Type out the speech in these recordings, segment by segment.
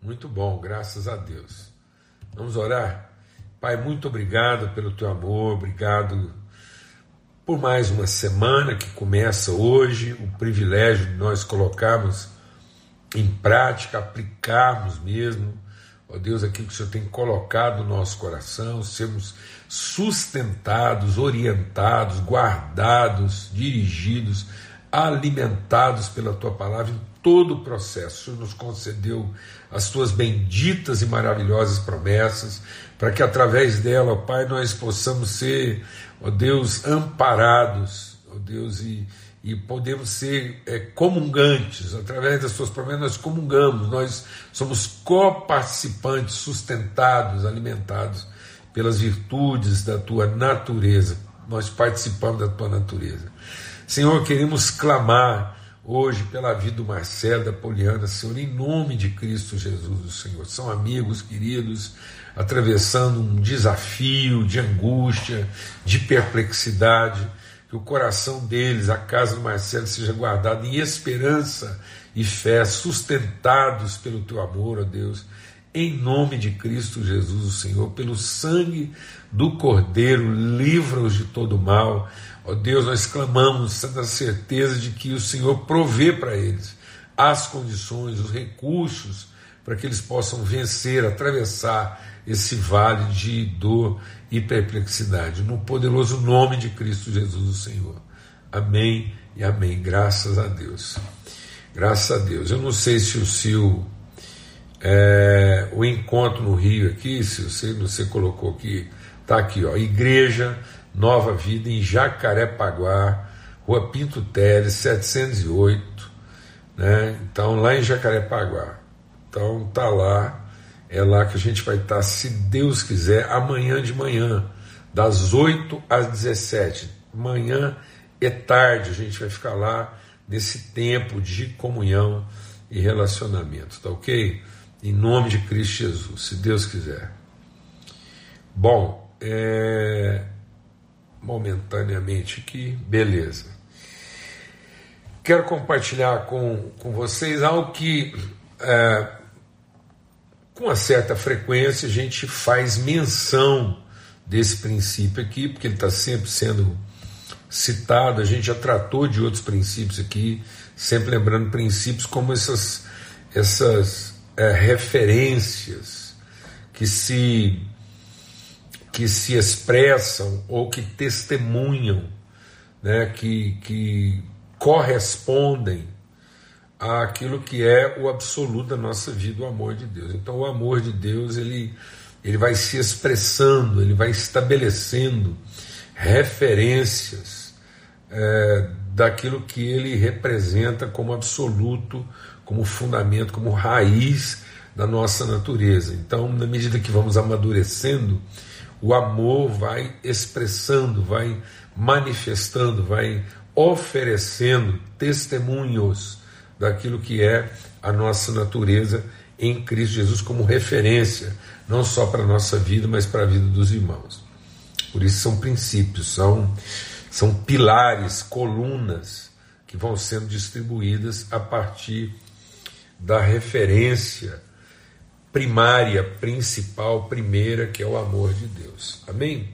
Muito bom, graças a Deus. Vamos orar? Pai, muito obrigado pelo teu amor, obrigado por mais uma semana que começa hoje, o privilégio de nós colocarmos em prática, aplicarmos mesmo, ó Deus, aquilo que o Senhor tem colocado no nosso coração, sermos sustentados, orientados, guardados, dirigidos, alimentados pela tua palavra em todo o processo. O Senhor nos concedeu as tuas benditas e maravilhosas promessas, para que através dela, ó Pai, nós possamos ser, ó Deus, amparados, ó Deus, e podemos ser comungantes. Através das tuas promessas nós comungamos, nós somos coparticipantes, sustentados, alimentados pelas virtudes da tua natureza. Nós participamos da tua natureza. Senhor, queremos clamar hoje pela vida do Marcelo, da Poliana, Senhor, em nome de Cristo Jesus, o Senhor. São amigos queridos, atravessando um desafio de angústia, de perplexidade. Que o coração deles, a casa do Marcelo, seja guardado em esperança e fé, sustentados pelo teu amor, ó Deus, em nome de Cristo Jesus, o Senhor, pelo sangue do Cordeiro, livra-os de todo mal. Ó Deus, nós clamamos na certeza de que o Senhor provê para eles as condições, os recursos, para que eles possam vencer, atravessar esse vale de dor e perplexidade, no poderoso nome de Cristo Jesus, o Senhor. Amém e amém. Graças a Deus. Graças a Deus. Eu não sei se o Sil, o encontro no Rio aqui, se você colocou aqui, está aqui, ó, Igreja Nova Vida em Jacarepaguá, Rua Pinto Teles, 708, né? Então, lá em Jacarepaguá. Então, tá lá. É lá que a gente vai estar, se Deus quiser, amanhã de manhã, das 8 às 17. Manhã e tarde a gente vai ficar lá nesse tempo de comunhão e relacionamento, tá ok? Em nome de Cristo Jesus, se Deus quiser. Bom, momentaneamente aqui, beleza. Quero compartilhar com vocês algo que... com uma certa frequência a gente faz menção desse princípio aqui, porque ele está sempre sendo citado. A gente já tratou de outros princípios aqui, sempre lembrando princípios como essas referências que se expressam ou que testemunham, né, que correspondem àquilo que é o absoluto da nossa vida, o amor de Deus. Então o amor de Deus ele vai se expressando, ele vai estabelecendo referências daquilo que ele representa como absoluto, como fundamento, como raiz da nossa natureza. Então, na medida que vamos amadurecendo, o amor vai expressando, vai manifestando, vai oferecendo testemunhos daquilo que é a nossa natureza em Cristo Jesus como referência, não só para a nossa vida, mas para a vida dos irmãos. Por isso são princípios, são pilares, colunas que vão sendo distribuídas a partir da referência primária, principal, primeira, que é o amor de Deus. Amém?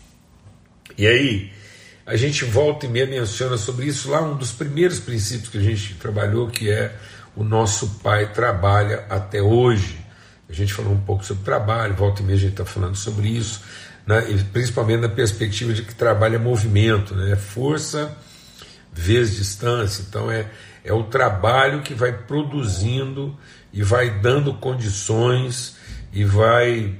E aí, a gente volta e meia menciona sobre isso lá, um dos primeiros princípios que a gente trabalhou, que é o nosso Pai trabalha até hoje. A gente falou um pouco sobre trabalho, volta e meia a gente está falando sobre isso, né? E principalmente na perspectiva de que trabalho é movimento, né? Força vezes distância. Então é o trabalho que vai produzindo e vai dando condições e vai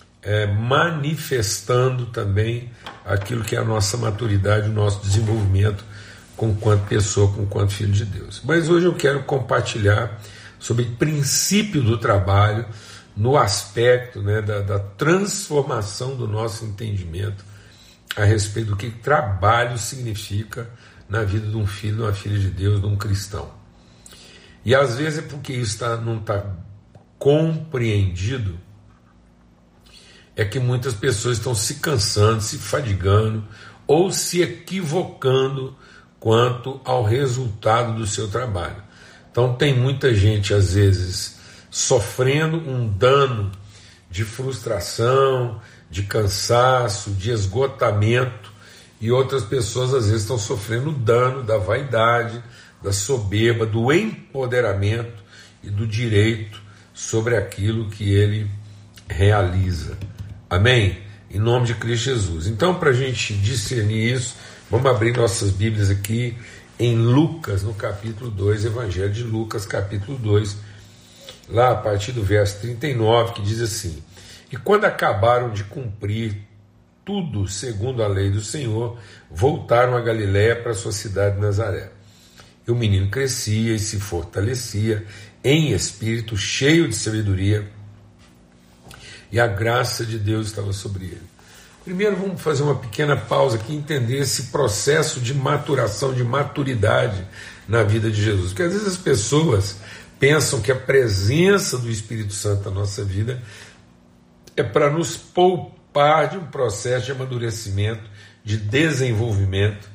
manifestando também aquilo que é a nossa maturidade, o nosso desenvolvimento quanto pessoa, quanto filho de Deus. Mas hoje eu quero compartilhar sobre o princípio do trabalho no aspecto, né, da transformação do nosso entendimento a respeito do que trabalho significa na vida de um filho, de uma filha de Deus, de um cristão. E às vezes é porque isso não está compreendido, é que muitas pessoas estão se cansando, se fadigando ou se equivocando quanto ao resultado do seu trabalho. Então tem muita gente às vezes sofrendo um dano de frustração, de cansaço, de esgotamento, e outras pessoas às vezes estão sofrendo o dano da vaidade, da soberba, do empoderamento e do direito sobre aquilo que ele realiza. Amém? Em nome de Cristo Jesus. Então, para a gente discernir isso, vamos abrir nossas Bíblias aqui em Lucas, no capítulo 2, Evangelho de Lucas, capítulo 2, lá a partir do verso 39, que diz assim: E quando acabaram de cumprir tudo segundo a lei do Senhor, voltaram a Galiléia para a sua cidade de Nazaré. E o menino crescia e se fortalecia em espírito, cheio de sabedoria, e a graça de Deus estava sobre ele. Primeiro vamos fazer uma pequena pausa aqui e entender esse processo de maturação, de maturidade na vida de Jesus. Porque às vezes as pessoas pensam que a presença do Espírito Santo na nossa vida é para nos poupar de um processo de amadurecimento, de desenvolvimento,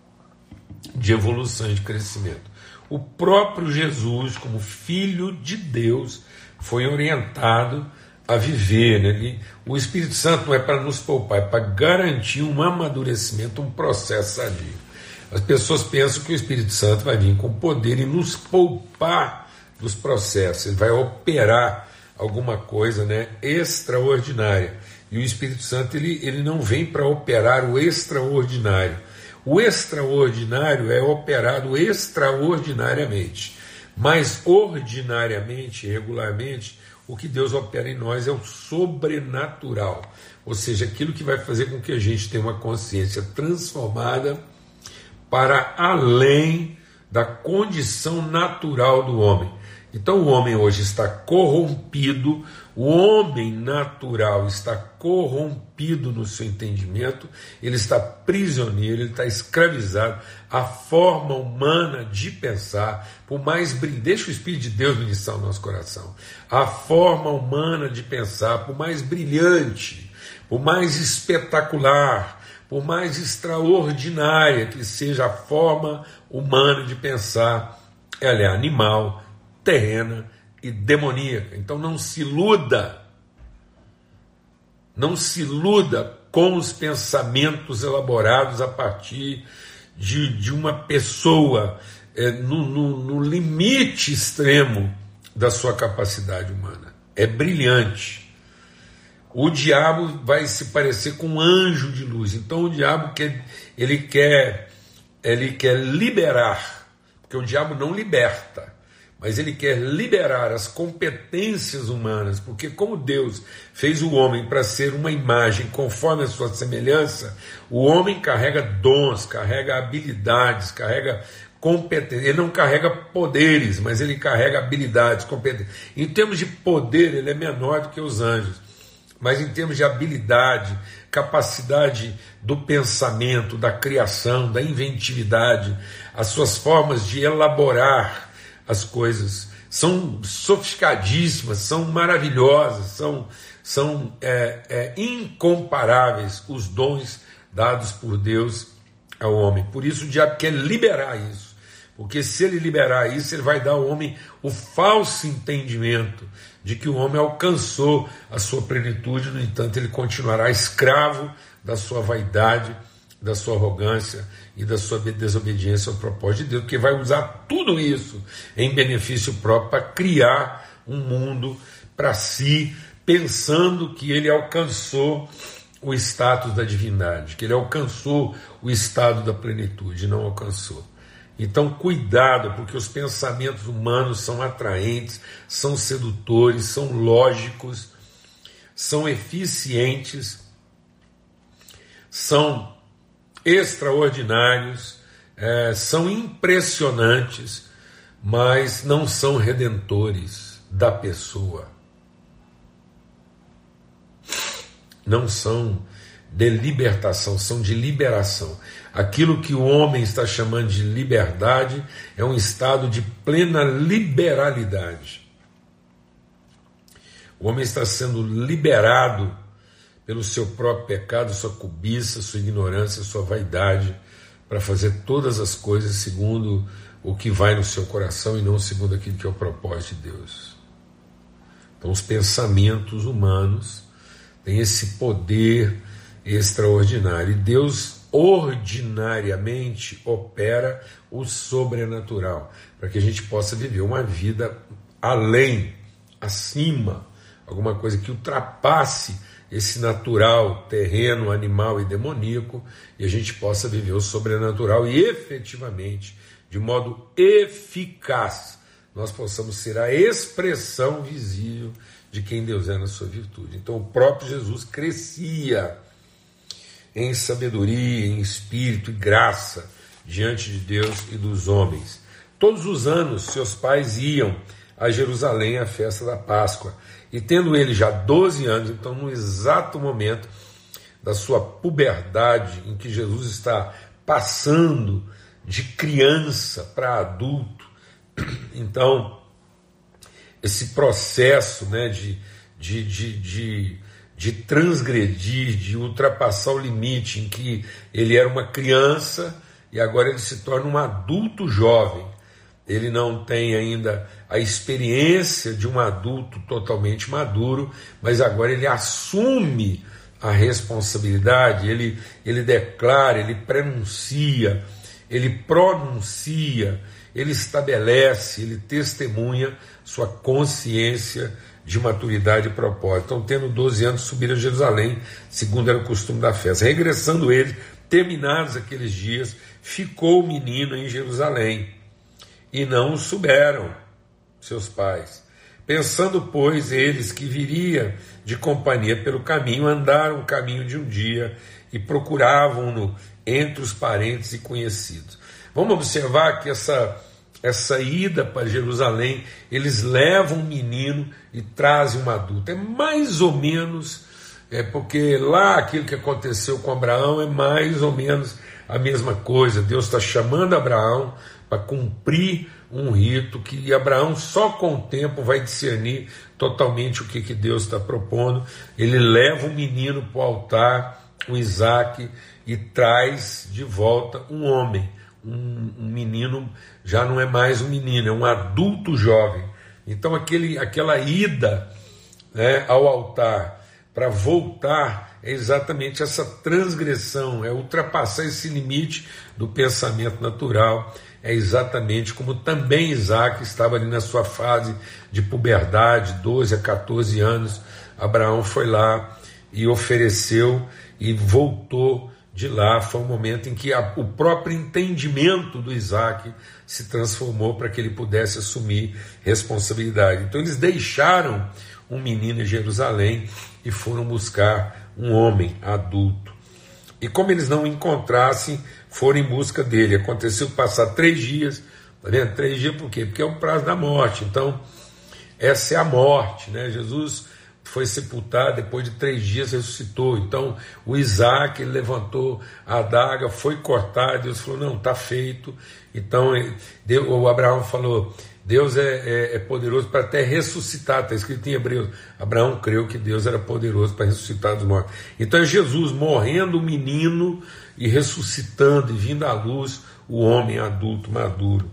de evolução e de crescimento. O próprio Jesus, como Filho de Deus, foi orientado a viver, né? O Espírito Santo não é para nos poupar, é para garantir um amadurecimento, um processo sadio. As pessoas pensam que o Espírito Santo vai vir com poder e nos poupar dos processos, ele vai operar alguma coisa, né, extraordinária. E o Espírito Santo ele não vem para operar o extraordinário. O extraordinário é operado extraordinariamente, mas ordinariamente, regularmente, o que Deus opera em nós é o sobrenatural, ou seja, aquilo que vai fazer com que a gente tenha uma consciência transformada para além da condição natural do homem. Então o homem hoje está corrompido, o homem natural está corrompido no seu entendimento, ele está prisioneiro, ele está escravizado. A forma humana de pensar, por mais brilhante, deixa o Espírito de Deus ministrar o nosso coração, a forma humana de pensar, por mais brilhante, por mais espetacular, por mais extraordinária que seja a forma humana de pensar, ela é animal, terrena e demoníaca. Então não se iluda com os pensamentos elaborados a partir de uma pessoa no limite extremo da sua capacidade humana. É brilhante. O diabo vai se parecer com um anjo de luz. Então o diabo quer liberar, porque o diabo não liberta, mas ele quer liberar as competências humanas, porque como Deus fez o homem para ser uma imagem conforme a sua semelhança, o homem carrega dons, carrega habilidades, carrega competências. Ele não carrega poderes, mas ele carrega habilidades, competências. Em termos de poder, ele é menor do que os anjos, mas em termos de habilidade, capacidade do pensamento, da criação, da inventividade, as suas formas de elaborar as coisas são sofisticadíssimas, são maravilhosas, são incomparáveis os dons dados por Deus ao homem. Por isso o diabo quer liberar isso, porque se ele liberar isso, ele vai dar ao homem o falso entendimento de que o homem alcançou a sua plenitude. No entanto, ele continuará escravo da sua vaidade, da sua arrogância e da sua desobediência ao propósito de Deus, porque vai usar tudo isso em benefício próprio para criar um mundo para si, pensando que ele alcançou o status da divindade, que ele alcançou o estado da plenitude. Não alcançou. Então cuidado, porque os pensamentos humanos são atraentes, são sedutores, são lógicos, são eficientes, são extraordinários, são impressionantes, mas não são redentores da pessoa. Não são de libertação, são de liberação. Aquilo que o homem está chamando de liberdade é um estado de plena liberalidade. O homem está sendo liberado pelo seu próprio pecado, sua cobiça, sua ignorância, sua vaidade, para fazer todas as coisas segundo o que vai no seu coração e não segundo aquilo que é o propósito de Deus. Então os pensamentos humanos têm esse poder extraordinário. E Deus ordinariamente opera o sobrenatural, para que a gente possa viver uma vida além, acima, alguma coisa que ultrapasse esse natural, terreno, animal e demoníaco, e a gente possa viver o sobrenatural e efetivamente, de modo eficaz, nós possamos ser a expressão visível de quem Deus é na sua virtude. Então o próprio Jesus crescia em sabedoria, em espírito e graça diante de Deus e dos homens. Todos os anos seus pais iam a Jerusalém à festa da Páscoa, e tendo ele já 12 anos, então no exato momento da sua puberdade, em que Jesus está passando de criança para adulto, então esse processo, né, de transgredir, de ultrapassar o limite em que ele era uma criança e agora ele se torna um adulto jovem. Ele não tem ainda a experiência de um adulto totalmente maduro, mas agora ele assume a responsabilidade, ele declara, ele prenuncia, ele pronuncia, ele estabelece, ele testemunha sua consciência de maturidade e propósito. Então, tendo 12 anos, subiram a Jerusalém, segundo era o costume da festa. Regressando eles, terminados aqueles dias, ficou o menino em Jerusalém, e não o souberam seus pais. Pensando, pois, eles que viria de companhia pelo caminho, andaram o caminho de um dia e procuravam-no entre os parentes e conhecidos. Vamos observar que essa ida para Jerusalém, eles levam um menino e trazem um adulto. É mais ou menos, porque lá aquilo que aconteceu com Abraão é mais ou menos a mesma coisa. Deus está chamando Abraão para cumprir um rito que Abraão só com o tempo vai discernir totalmente o que Deus está propondo. Ele leva um menino para o altar, um Isaque, e traz de volta um homem. Um menino já não é mais um menino, é um adulto jovem. Então aquela ida, né, ao altar para voltar é exatamente essa transgressão, é ultrapassar esse limite do pensamento natural. É exatamente como também Isaac estava ali na sua fase de puberdade, 12 a 14 anos. Abraão foi lá e ofereceu e voltou de lá. Foi um momento em que o próprio entendimento do Isaac se transformou para que ele pudesse assumir responsabilidade. Então eles deixaram um menino em Jerusalém e foram buscar um homem adulto. E como eles não o encontrassem, foram em busca dele. Aconteceu passar 3 dias, tá vendo? 3 dias por quê? Porque é o prazo da morte. Então, essa é a morte, né? Jesus foi sepultado, depois de 3 dias ressuscitou. Então, o Isaac, ele levantou a adaga, foi cortar, Deus falou, não, está feito. Então, o Abraão falou, Deus é poderoso para até ressuscitar, está escrito em Hebreus. Abraão creu que Deus era poderoso para ressuscitar dos mortos. Então é Jesus morrendo o menino e ressuscitando e vindo à luz o homem adulto, maduro.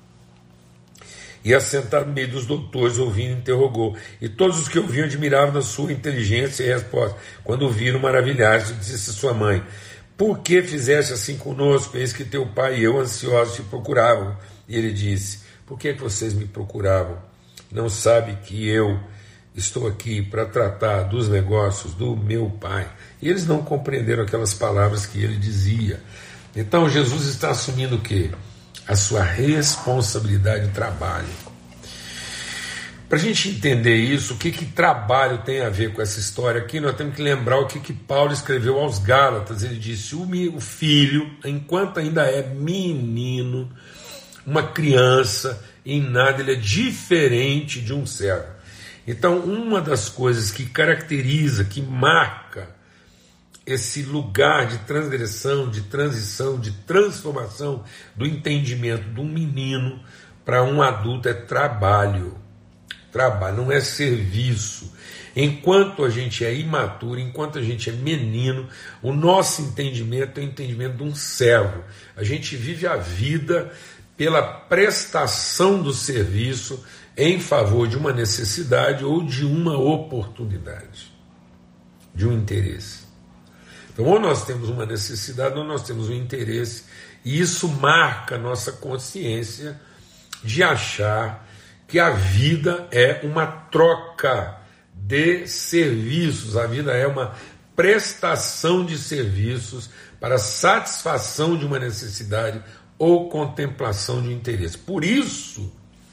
E assentado no meio dos doutores, ouvindo, interrogou. E todos os que ouviam admiravam da sua inteligência e resposta. Quando o viram, maravilharam-se, disse a sua mãe, por que fizeste assim conosco? Eis que teu pai e eu, ansiosos, te procuravam. E ele disse, por que vocês me procuravam? Não sabe que eu estou aqui para tratar dos negócios do meu pai? E eles não compreenderam aquelas palavras que ele dizia. Então Jesus está assumindo o quê? A sua responsabilidade de trabalho. Para a gente entender isso, o que trabalho tem a ver com essa história aqui, nós temos que lembrar o que Paulo escreveu aos Gálatas. Ele disse, o filho, enquanto ainda é menino, uma criança, em nada ele é diferente de um servo. Então, uma das coisas que caracteriza, que marca esse lugar de transgressão, de transição, de transformação do entendimento de um menino para um adulto é trabalho. Trabalho, não é serviço. Enquanto a gente é imaturo, enquanto a gente é menino, o nosso entendimento é o entendimento de um servo. A gente vive a vida pela prestação do serviço em favor de uma necessidade ou de uma oportunidade, de um interesse. Então, ou nós temos uma necessidade ou nós temos um interesse, e isso marca a nossa consciência de achar que a vida é uma troca de serviços, a vida é uma prestação de serviços para satisfação de uma necessidade ou contemplação de um interesse. Por isso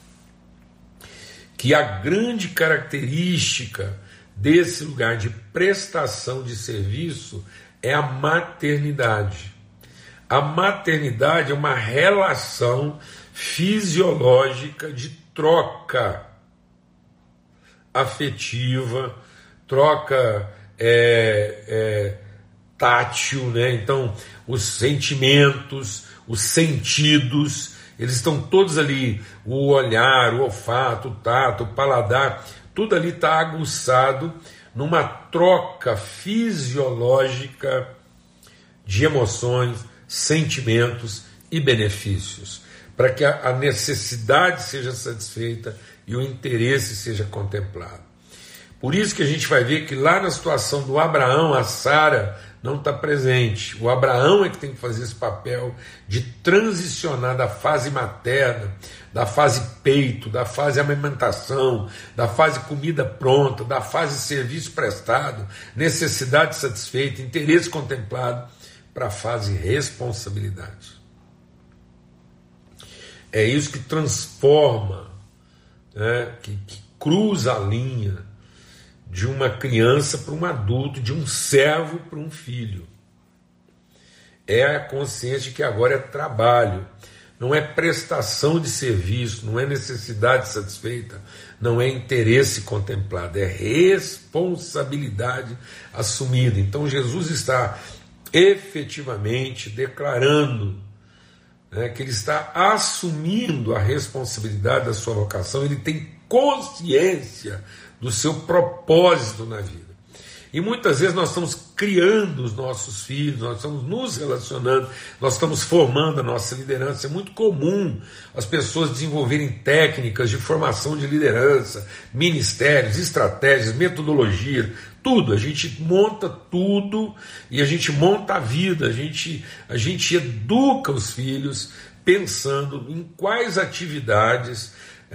que a grande característica desse lugar de prestação de serviço é a maternidade. A maternidade é uma relação fisiológica de troca afetiva, troca tátil, né? Então, os sentimentos, os sentidos, eles estão todos ali, o olhar, o olfato, o tato, o paladar, tudo ali está aguçado numa troca fisiológica de emoções, sentimentos e benefícios, para que a necessidade seja satisfeita e o interesse seja contemplado. Por isso que a gente vai ver que lá na situação do Abraão, a Sara não está presente. O Abraão é que tem que fazer esse papel de transicionar da fase materna, da fase peito, da fase amamentação, da fase comida pronta, da fase serviço prestado, necessidade satisfeita, interesse contemplado, para a fase responsabilidade. É isso que transforma, né, que cruza a linha de uma criança para um adulto, de um servo para um filho. É a consciência de que agora é trabalho, não é prestação de serviço, não é necessidade satisfeita, não é interesse contemplado, é responsabilidade assumida. Então Jesus está efetivamente declarando, né, que ele está assumindo a responsabilidade da sua vocação, ele tem consciência do seu propósito na vida. E muitas vezes nós estamos criando os nossos filhos, nós estamos nos relacionando, nós estamos formando a nossa liderança. É muito comum as pessoas desenvolverem técnicas de formação de liderança, ministérios, estratégias, metodologias, tudo. A gente monta tudo e a gente monta a vida, a gente educa os filhos pensando em quais atividades,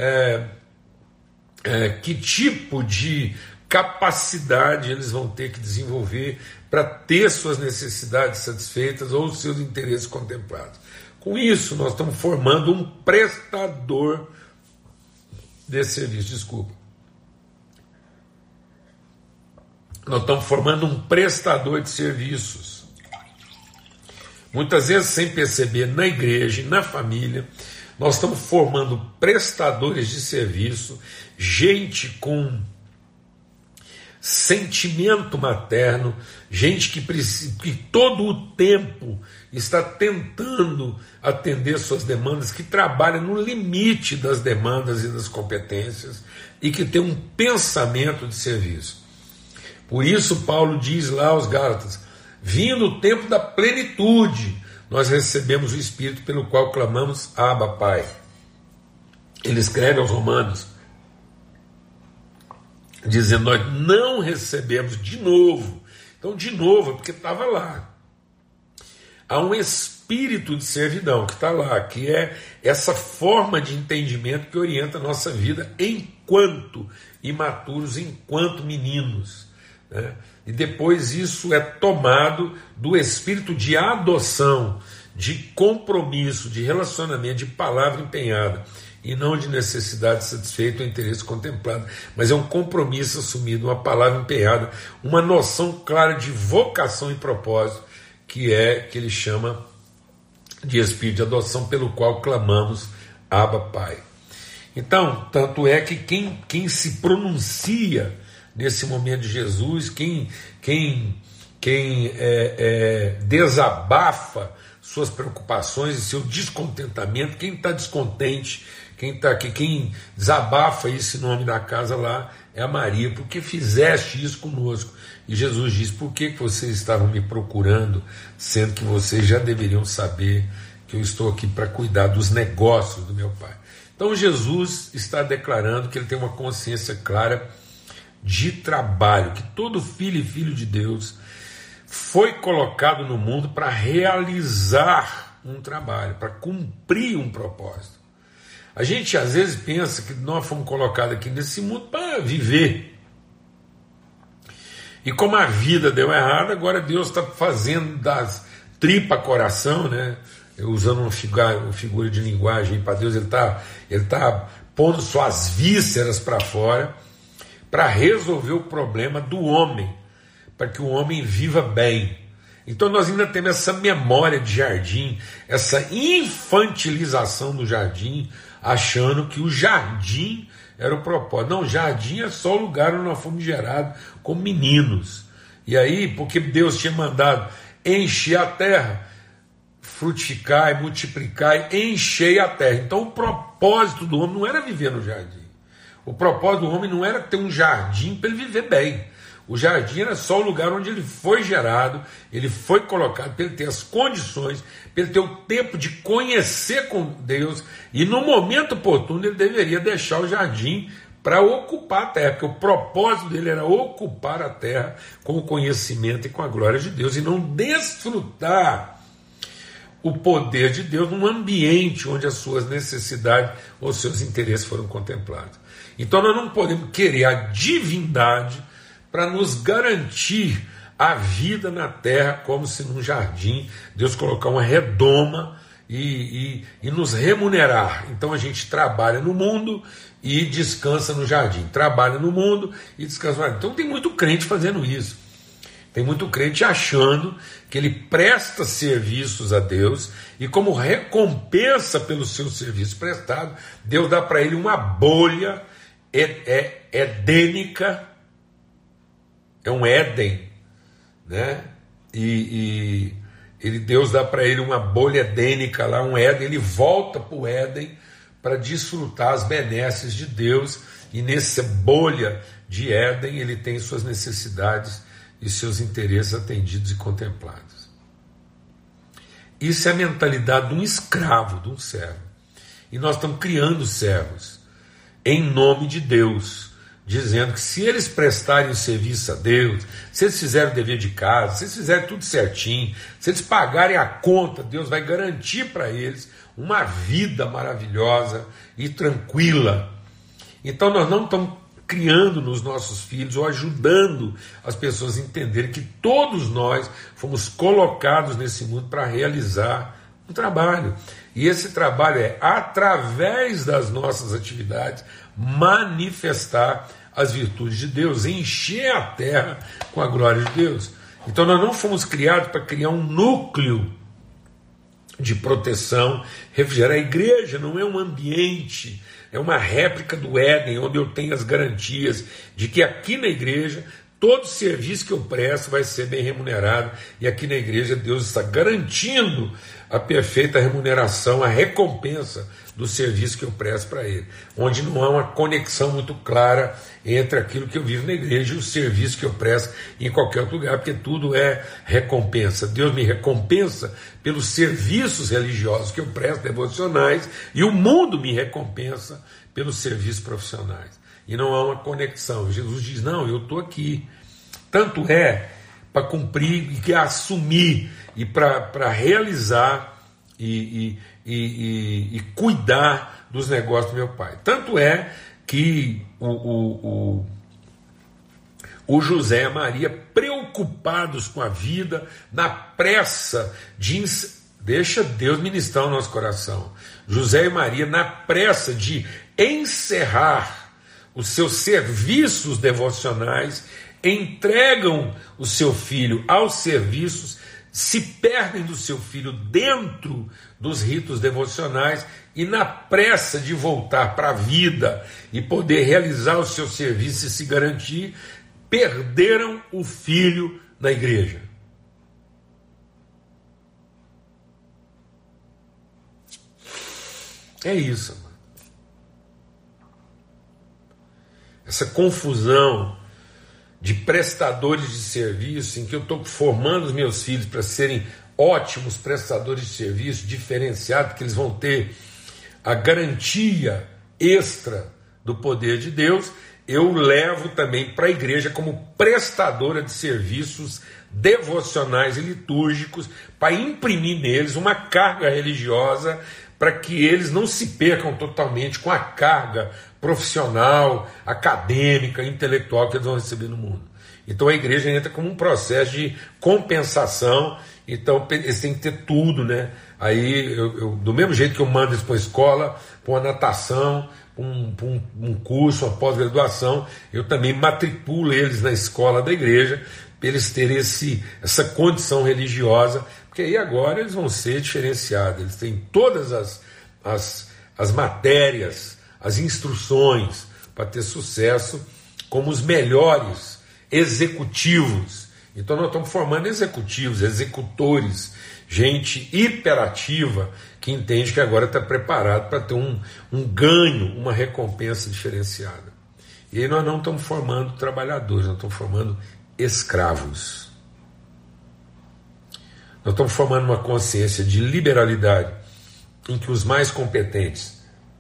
que tipo de capacidade eles vão ter que desenvolver para ter suas necessidades satisfeitas ou seus interesses contemplados. Com isso, nós estamos formando um prestador desse serviço. Nós estamos formando um prestador de serviços. Muitas vezes, sem perceber, na igreja e na família, nós estamos formando prestadores de serviço, gente com sentimento materno, gente que todo o tempo está tentando atender suas demandas, que trabalha no limite das demandas e das competências e que tem um pensamento de serviço. Por isso Paulo diz lá aos Gálatas: vindo o tempo da plenitude, nós recebemos o Espírito pelo qual clamamos Abba, Pai. Ele escreve aos Romanos dizendo: nós não recebemos de novo. Então, de novo, é porque estava lá. Há um espírito de servidão que está lá, que é essa forma de entendimento que orienta a nossa vida enquanto imaturos, enquanto meninos, né? E depois isso é tomado do espírito de adoção, de compromisso, de relacionamento, de palavra empenhada, e não de necessidade satisfeita ou interesse contemplado, mas é um compromisso assumido, uma palavra empenhada, uma noção clara de vocação e propósito, que ele chama de espírito de adoção, pelo qual clamamos Abba, Pai. Então, tanto é que quem se pronuncia nesse momento de Jesus, quem desabafa suas preocupações e seu descontentamento, quem está descontente, quem desabafa esse nome da casa lá, é a Maria, porque fizeste isso conosco. E Jesus diz: por que vocês estavam me procurando, sendo que vocês já deveriam saber que eu estou aqui para cuidar dos negócios do meu Pai? Então Jesus está declarando que ele tem uma consciência clara de trabalho, que todo filho e filho de Deus foi colocado no mundo para realizar um trabalho, para cumprir um propósito. A gente às vezes pensa que nós fomos colocados aqui nesse mundo para viver. E como a vida deu errado, agora Deus está fazendo das tripa coração, né? Usando uma figura de linguagem para Deus, ele tá pondo suas vísceras para fora para resolver o problema do homem, para que o homem viva bem. Então nós ainda temos essa memória de jardim, essa infantilização do jardim, achando que o jardim era o propósito. Não, o jardim é só o lugar onde nós fomos gerados como meninos. E aí, porque Deus tinha mandado encher a terra, frutificar e multiplicar e encher a terra. Então o propósito do homem não era viver no jardim. O propósito do homem não era ter um jardim para ele viver bem. O jardim era só o lugar onde ele foi gerado, ele foi colocado para ele ter as condições, para ele ter o tempo de conhecer com Deus, e no momento oportuno ele deveria deixar o jardim para ocupar a terra, porque o propósito dele era ocupar a terra com o conhecimento e com a glória de Deus, e não desfrutar o poder de Deus num ambiente onde as suas necessidades ou seus interesses foram contemplados. Então nós não podemos querer a divindade para nos garantir a vida na terra, como se num jardim Deus colocar uma redoma e nos remunerar. Então a gente trabalha no mundo e descansa no jardim, trabalha no mundo e descansa no jardim. Então tem muito crente fazendo isso, tem muito crente achando que ele presta serviços a Deus e como recompensa pelo seu serviço prestado, Deus dá para ele uma bolha edênica. É um Éden, né? E Deus dá para ele uma bolha edênica lá, um Éden, ele volta para o Éden para desfrutar as benesses de Deus, e nessa bolha de Éden ele tem suas necessidades e seus interesses atendidos e contemplados. Isso é a mentalidade de um escravo, de um servo. E nós estamos criando servos em nome de Deus, dizendo que se eles prestarem o serviço a Deus, se eles fizerem o dever de casa, se eles fizerem tudo certinho, se eles pagarem a conta, Deus vai garantir para eles uma vida maravilhosa e tranquila. Então nós não estamos criando nos nossos filhos ou ajudando as pessoas a entenderem que todos nós fomos colocados nesse mundo para realizar um trabalho. E esse trabalho é, através das nossas atividades, manifestar as virtudes de Deus, encher a terra com a glória de Deus. Então nós não fomos criados para criar um núcleo de proteção, refrigerar. A igreja não é um ambiente, é uma réplica do Éden, onde eu tenho as garantias de que aqui na igreja todo serviço que eu presto vai ser bem remunerado, e aqui na igreja Deus está garantindo a perfeita remuneração, a recompensa do serviço que eu presto para Ele, onde não há uma conexão muito clara entre aquilo que eu vivo na igreja e o serviço que eu presto em qualquer outro lugar, porque tudo é recompensa. Deus me recompensa pelos serviços religiosos que eu presto, devocionais, e o mundo me recompensa pelos serviços profissionais. E não há uma conexão. Jesus diz, não, eu estou aqui. Tanto é para cumprir e assumir e para realizar e cuidar dos negócios do meu Pai. Tanto é que o José e a Maria, preocupados com a vida, na pressa de... Deixa Deus ministrar o nosso coração. José e Maria, na pressa de encerrar os seus serviços devocionais, entregam o seu filho aos serviços, se perdem do seu filho dentro dos ritos devocionais e na pressa de voltar para a vida e poder realizar o seu serviço e se garantir, perderam o filho na igreja. É isso, mano. Essa confusão de prestadores de serviço, em que eu estou formando os meus filhos para serem ótimos prestadores de serviço, diferenciados, que eles vão ter a garantia extra do poder de Deus, eu levo também para a igreja como prestadora de serviços devocionais e litúrgicos, para imprimir neles uma carga religiosa, para que eles não se percam totalmente com a carga profissional, acadêmica, intelectual que eles vão receber no mundo. Então a igreja entra como um processo de compensação. Então eles têm que ter tudo, né? Aí eu do mesmo jeito que eu mando eles para a escola, para uma natação, um curso, uma pós-graduação, eu também matriculo eles na escola da igreja, para eles terem essa condição religiosa, porque aí agora eles vão ser diferenciados, eles têm todas as matérias, as instruções para ter sucesso como os melhores executivos. Então nós estamos formando executivos, executores, gente hiperativa que entende que agora está preparado para ter um ganho, uma recompensa diferenciada. E aí nós não estamos formando trabalhadores, nós estamos formando escravos. Nós estamos formando uma consciência de liberalidade em que os mais competentes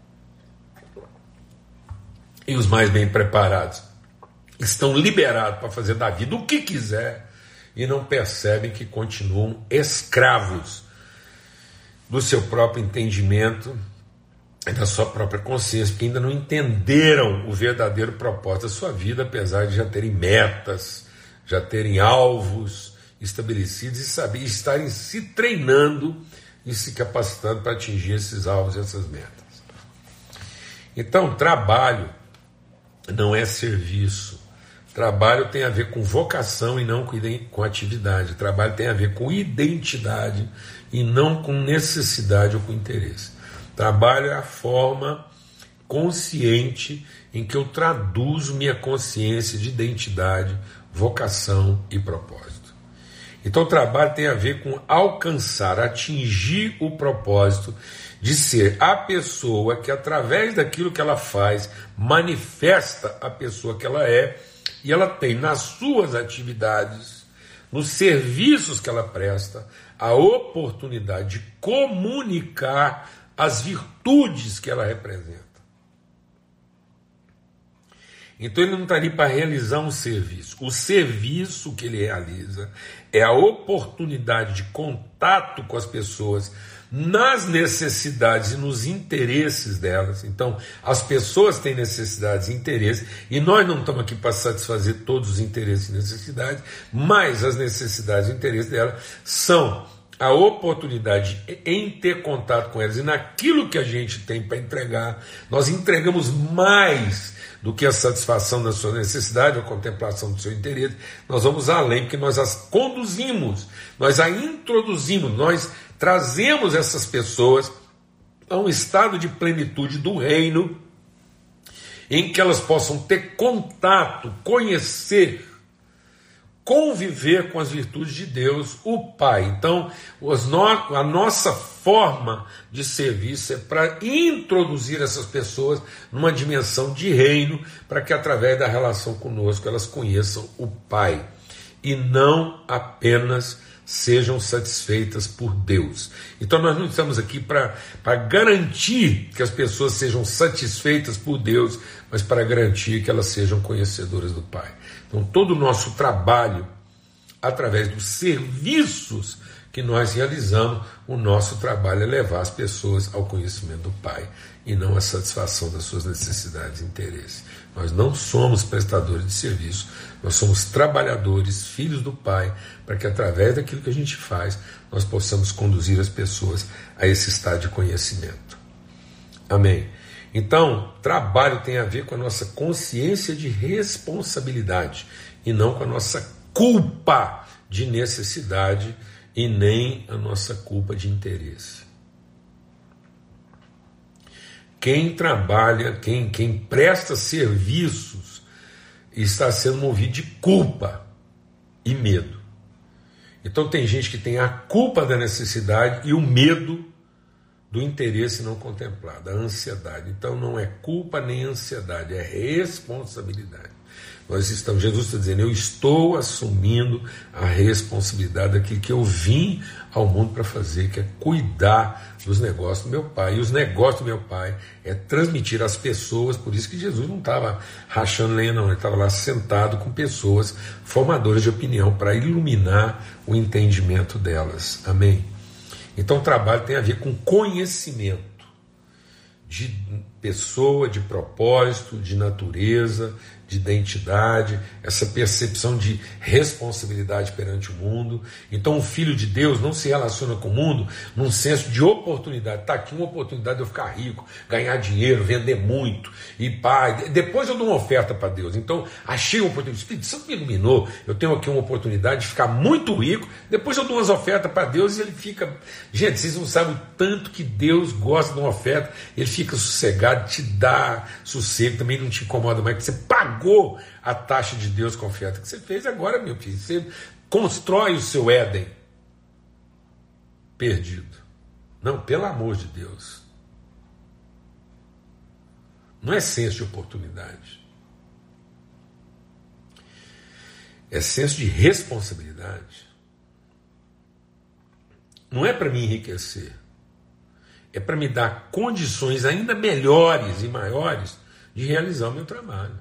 e os mais bem preparados estão liberados para fazer da vida o que quiser e não percebem que continuam escravos do seu próprio entendimento e da sua própria consciência, porque ainda não entenderam o verdadeiro propósito da sua vida, apesar de já terem metas, já terem alvos estabelecidos e estarem se treinando e se capacitando para atingir esses alvos e essas metas. Então, trabalho não é serviço. Trabalho tem a ver com vocação e não com atividade. Trabalho tem a ver com identidade e não com necessidade ou com interesse. Trabalho é a forma consciente em que eu traduzo minha consciência de identidade, vocação e propósito. Então o trabalho tem a ver com alcançar, atingir o propósito de ser a pessoa que através daquilo que ela faz manifesta a pessoa que ela é, e ela tem nas suas atividades, nos serviços que ela presta, a oportunidade de comunicar as virtudes que ela representa. Então ele não está ali para realizar um serviço. O serviço que ele realiza é a oportunidade de contato com as pessoas nas necessidades e nos interesses delas. Então, as pessoas têm necessidades e interesses, e nós não estamos aqui para satisfazer todos os interesses e necessidades, mas as necessidades e interesses delas são a oportunidade em ter contato com elas, e naquilo que a gente tem para entregar, nós entregamos mais do que a satisfação da sua necessidade, a contemplação do seu interesse. Nós vamos além, porque nós as conduzimos, nós a introduzimos, nós trazemos essas pessoas a um estado de plenitude do reino, em que elas possam ter contato, conhecer, conviver com as virtudes de Deus, o Pai. Então, a nossa forma de serviço é para introduzir essas pessoas numa dimensão de reino, para que através da relação conosco elas conheçam o Pai, e não apenas sejam satisfeitas por Deus. Então nós não estamos aqui para garantir que as pessoas sejam satisfeitas por Deus, mas para garantir que elas sejam conhecedoras do Pai. Então todo o nosso trabalho, através dos serviços que nós realizamos, o nosso trabalho é levar as pessoas ao conhecimento do Pai e não à satisfação das suas necessidades e interesses. Nós não somos prestadores de serviço, nós somos trabalhadores, filhos do Pai, para que através daquilo que a gente faz, nós possamos conduzir as pessoas a esse estado de conhecimento. Amém? Então, trabalho tem a ver com a nossa consciência de responsabilidade e não com a nossa culpa de necessidade e nem a nossa culpa de interesse. Quem trabalha, quem presta serviços, está sendo movido de culpa e medo. Então tem gente que tem a culpa da necessidade e o medo do interesse não contemplado, a ansiedade. Então não é culpa nem ansiedade, é responsabilidade. Jesus está dizendo, eu estou assumindo a responsabilidade daquilo que eu vim ao mundo para fazer, que é cuidar dos negócios do meu pai. E os negócios do meu pai é transmitir às pessoas, por isso que Jesus não estava rachando lenha, não, ele estava lá sentado com pessoas formadoras de opinião para iluminar o entendimento delas. Amém? Então o trabalho tem a ver com conhecimento de pessoa, de propósito, de natureza, de identidade, essa percepção de responsabilidade perante o mundo. Então o filho de Deus não se relaciona com o mundo num senso de oportunidade. Está aqui uma oportunidade de eu ficar rico, ganhar dinheiro, vender muito, e pai, depois eu dou uma oferta para Deus. Então achei uma oportunidade, o Espírito Santo me iluminou, eu tenho aqui uma oportunidade de ficar muito rico, depois eu dou umas ofertas para Deus e ele fica... Gente, vocês não sabem o tanto que Deus gosta de uma oferta, ele fica sossegado, te dá sossego, também não te incomoda mais, porque você pagou a taxa de Deus com a oferta que você fez. Agora, meu filho, você constrói o seu Éden perdido. Não, pelo amor de Deus. Não é senso de oportunidade. É senso de responsabilidade. Não é para me enriquecer. É para me dar condições ainda melhores e maiores de realizar o meu trabalho.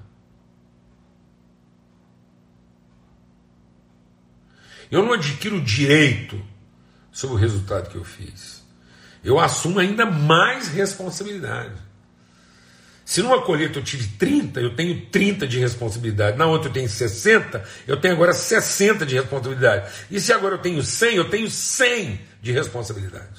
Eu não adquiro direito sobre o resultado que eu fiz. Eu assumo ainda mais responsabilidade. Se numa colheita eu tive 30, eu tenho 30 de responsabilidade. Na outra eu tenho 60, eu tenho agora 60 de responsabilidade. E se agora eu tenho 100, eu tenho 100 de responsabilidade.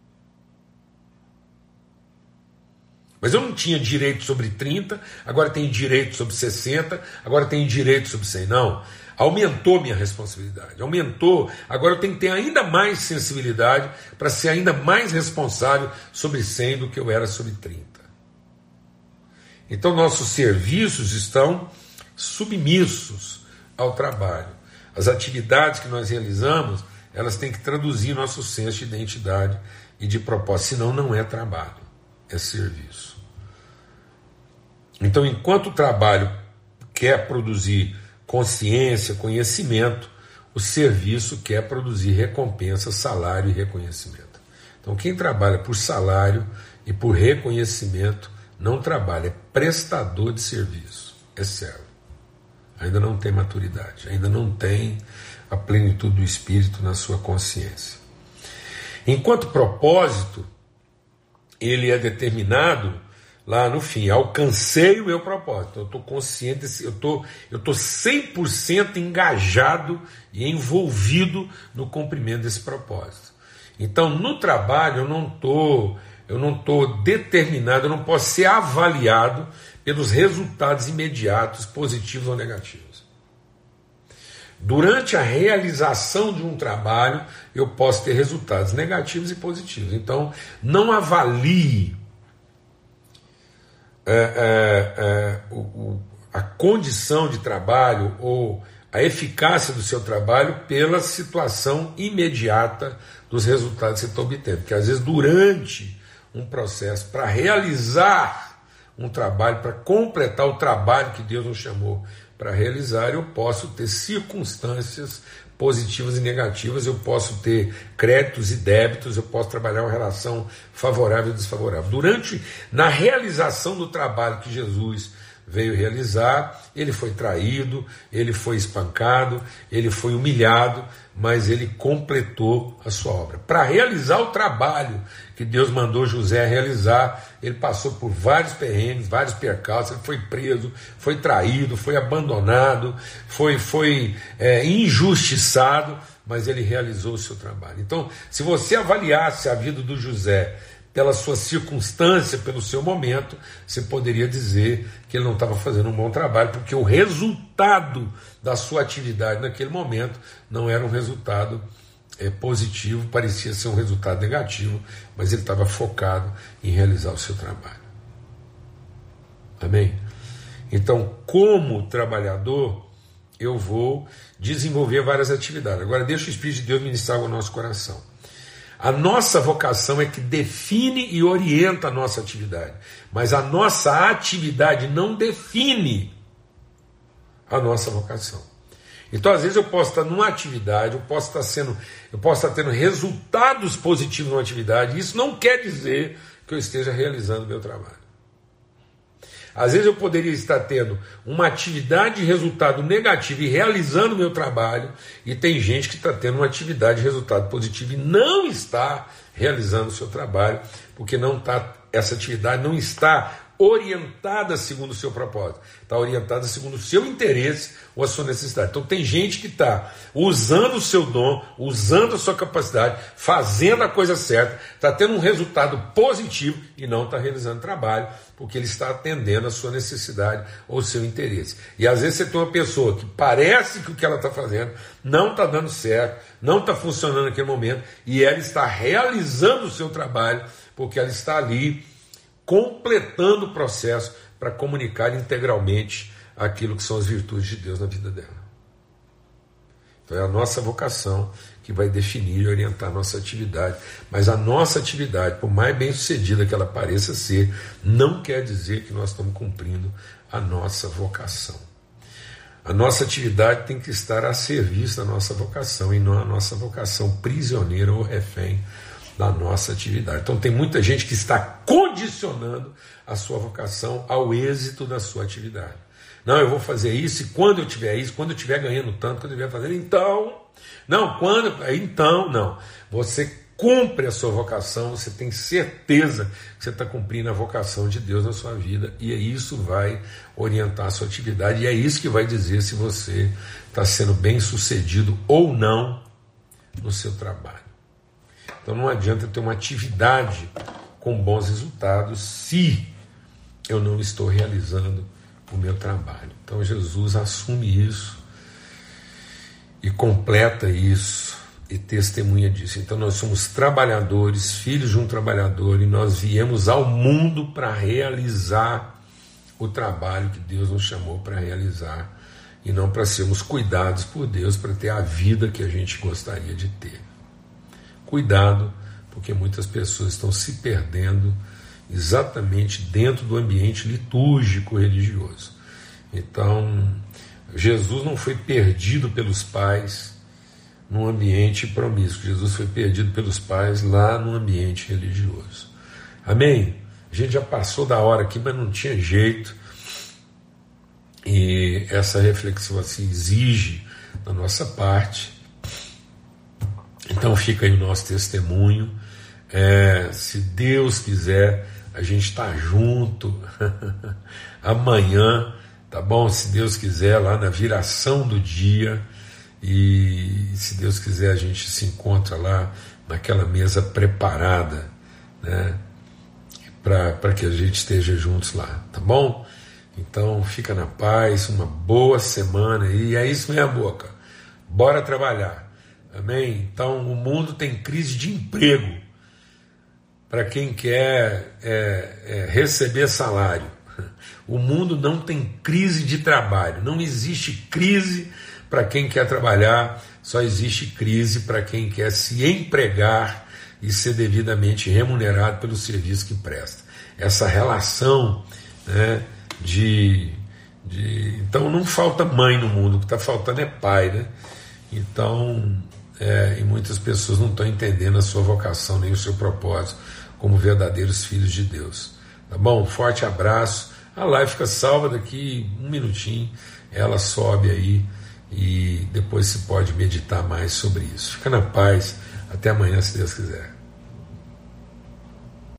Mas eu não tinha direito sobre 30, agora tenho direito sobre 60, agora tenho direito sobre 100. Não. Aumentou minha responsabilidade, aumentou. Agora eu tenho que ter ainda mais sensibilidade para ser ainda mais responsável sobre 100 do que eu era sobre 30. Então nossos serviços estão submissos ao trabalho. As atividades que nós realizamos, elas têm que traduzir nosso senso de identidade e de propósito, senão não é trabalho, é serviço. Então, enquanto o trabalho quer produzir consciência, conhecimento, o serviço quer produzir recompensa, salário e reconhecimento. Então, quem trabalha por salário e por reconhecimento não trabalha, é prestador de serviço, é servo. Ainda não tem maturidade, ainda não tem a plenitude do Espírito na sua consciência. Enquanto propósito, ele é determinado lá no fim, alcancei o meu propósito, eu estou consciente, eu estou 100% engajado e envolvido no cumprimento desse propósito. Então, no trabalho, eu não estou determinado, eu não posso ser avaliado pelos resultados imediatos, positivos ou negativos. Durante a realização de um trabalho, eu posso ter resultados negativos e positivos. Então, não avalie a condição de trabalho ou a eficácia do seu trabalho pela situação imediata dos resultados que você está obtendo. Porque às vezes durante um processo, para realizar um trabalho, para completar o trabalho que Deus nos chamou para realizar, eu posso ter circunstâncias positivas e negativas, eu posso ter créditos e débitos, eu posso trabalhar uma relação favorável e desfavorável. Na realização do trabalho que Jesus veio realizar, ele foi traído, ele foi espancado, ele foi humilhado, mas ele completou a sua obra. Para realizar o trabalho que Deus mandou José realizar, ele passou por vários perrengues, vários percalços, ele foi preso, foi traído, foi abandonado, foi injustiçado, mas ele realizou o seu trabalho. Então, se você avaliasse a vida do José pela sua circunstância, pelo seu momento, você poderia dizer que ele não estava fazendo um bom trabalho, porque o resultado da sua atividade naquele momento não era um resultado positivo, parecia ser um resultado negativo, mas ele estava focado em realizar o seu trabalho. Amém? Então, como trabalhador, eu vou desenvolver várias atividades. Agora, deixa o Espírito de Deus ministrar o nosso coração. A nossa vocação é que define e orienta a nossa atividade, mas a nossa atividade não define a nossa vocação. Então, às vezes, eu posso estar numa atividade, eu posso estar tendo resultados positivos numa atividade, e isso não quer dizer que eu esteja realizando o meu trabalho. Às vezes eu poderia estar tendo uma atividade de resultado negativo e realizando o meu trabalho, e tem gente que está tendo uma atividade de resultado positivo e não está realizando o seu trabalho, porque essa atividade não está orientada segundo o seu propósito, está orientada segundo o seu interesse ou a sua necessidade. Então tem gente que está usando o seu dom, usando a sua capacidade, fazendo a coisa certa, está tendo um resultado positivo e não está realizando trabalho, porque ele está atendendo a sua necessidade ou o seu interesse. E às vezes você tem uma pessoa que parece que o que ela está fazendo não está dando certo, não está funcionando naquele momento, e ela está realizando o seu trabalho, porque ela está ali completando o processo para comunicar integralmente aquilo que são as virtudes de Deus na vida dela. Então é a nossa vocação que vai definir e orientar a nossa atividade. Mas a nossa atividade, por mais bem sucedida que ela pareça ser, não quer dizer que nós estamos cumprindo a nossa vocação. A nossa atividade tem que estar a serviço da nossa vocação e não a nossa vocação prisioneira ou refém da nossa atividade. Então tem muita gente que está condicionando a sua vocação ao êxito da sua atividade. Não, eu vou fazer isso, e quando eu tiver isso, quando eu estiver ganhando tanto, quando eu estiver fazendo, não. Você cumpre a sua vocação, você tem certeza que você está cumprindo a vocação de Deus na sua vida, e isso vai orientar a sua atividade, e é isso que vai dizer se você está sendo bem sucedido ou não no seu trabalho. Então não adianta ter uma atividade com bons resultados se eu não estou realizando o meu trabalho. Então Jesus assume isso e completa isso e testemunha disso. Então nós somos trabalhadores, filhos de um trabalhador, e nós viemos ao mundo para realizar o trabalho que Deus nos chamou para realizar, e não para sermos cuidados por Deus para ter a vida que a gente gostaria de ter. Cuidado, porque muitas pessoas estão se perdendo exatamente dentro do ambiente litúrgico religioso. Então, Jesus não foi perdido pelos pais num ambiente promíscuo. Jesus foi perdido pelos pais lá no ambiente religioso. Amém? A gente já passou da hora aqui, mas não tinha jeito. E essa reflexão assim exige da nossa parte. Então fica aí o nosso testemunho. Se Deus quiser, a gente está junto amanhã, tá bom? Se Deus quiser, lá na viração do dia, e se Deus quiser, a gente se encontra lá naquela mesa preparada, né? Para que a gente esteja juntos lá, tá bom? Então fica na paz, uma boa semana, e é isso mesmo, boca. Bora trabalhar. Amém? Então o mundo tem crise de emprego para quem quer receber salário. O mundo não tem crise de trabalho. Não existe crise para quem quer trabalhar, só existe crise para quem quer se empregar e ser devidamente remunerado pelo serviço que presta. Essa relação, né, então não falta mãe no mundo, o que está faltando é pai, né? Então e muitas pessoas não estão entendendo a sua vocação nem o seu propósito como verdadeiros filhos de Deus. Tá bom? Forte abraço. A live fica salva daqui um minutinho, ela sobe aí e depois se pode meditar mais sobre isso. Fica na paz. Até amanhã, se Deus quiser.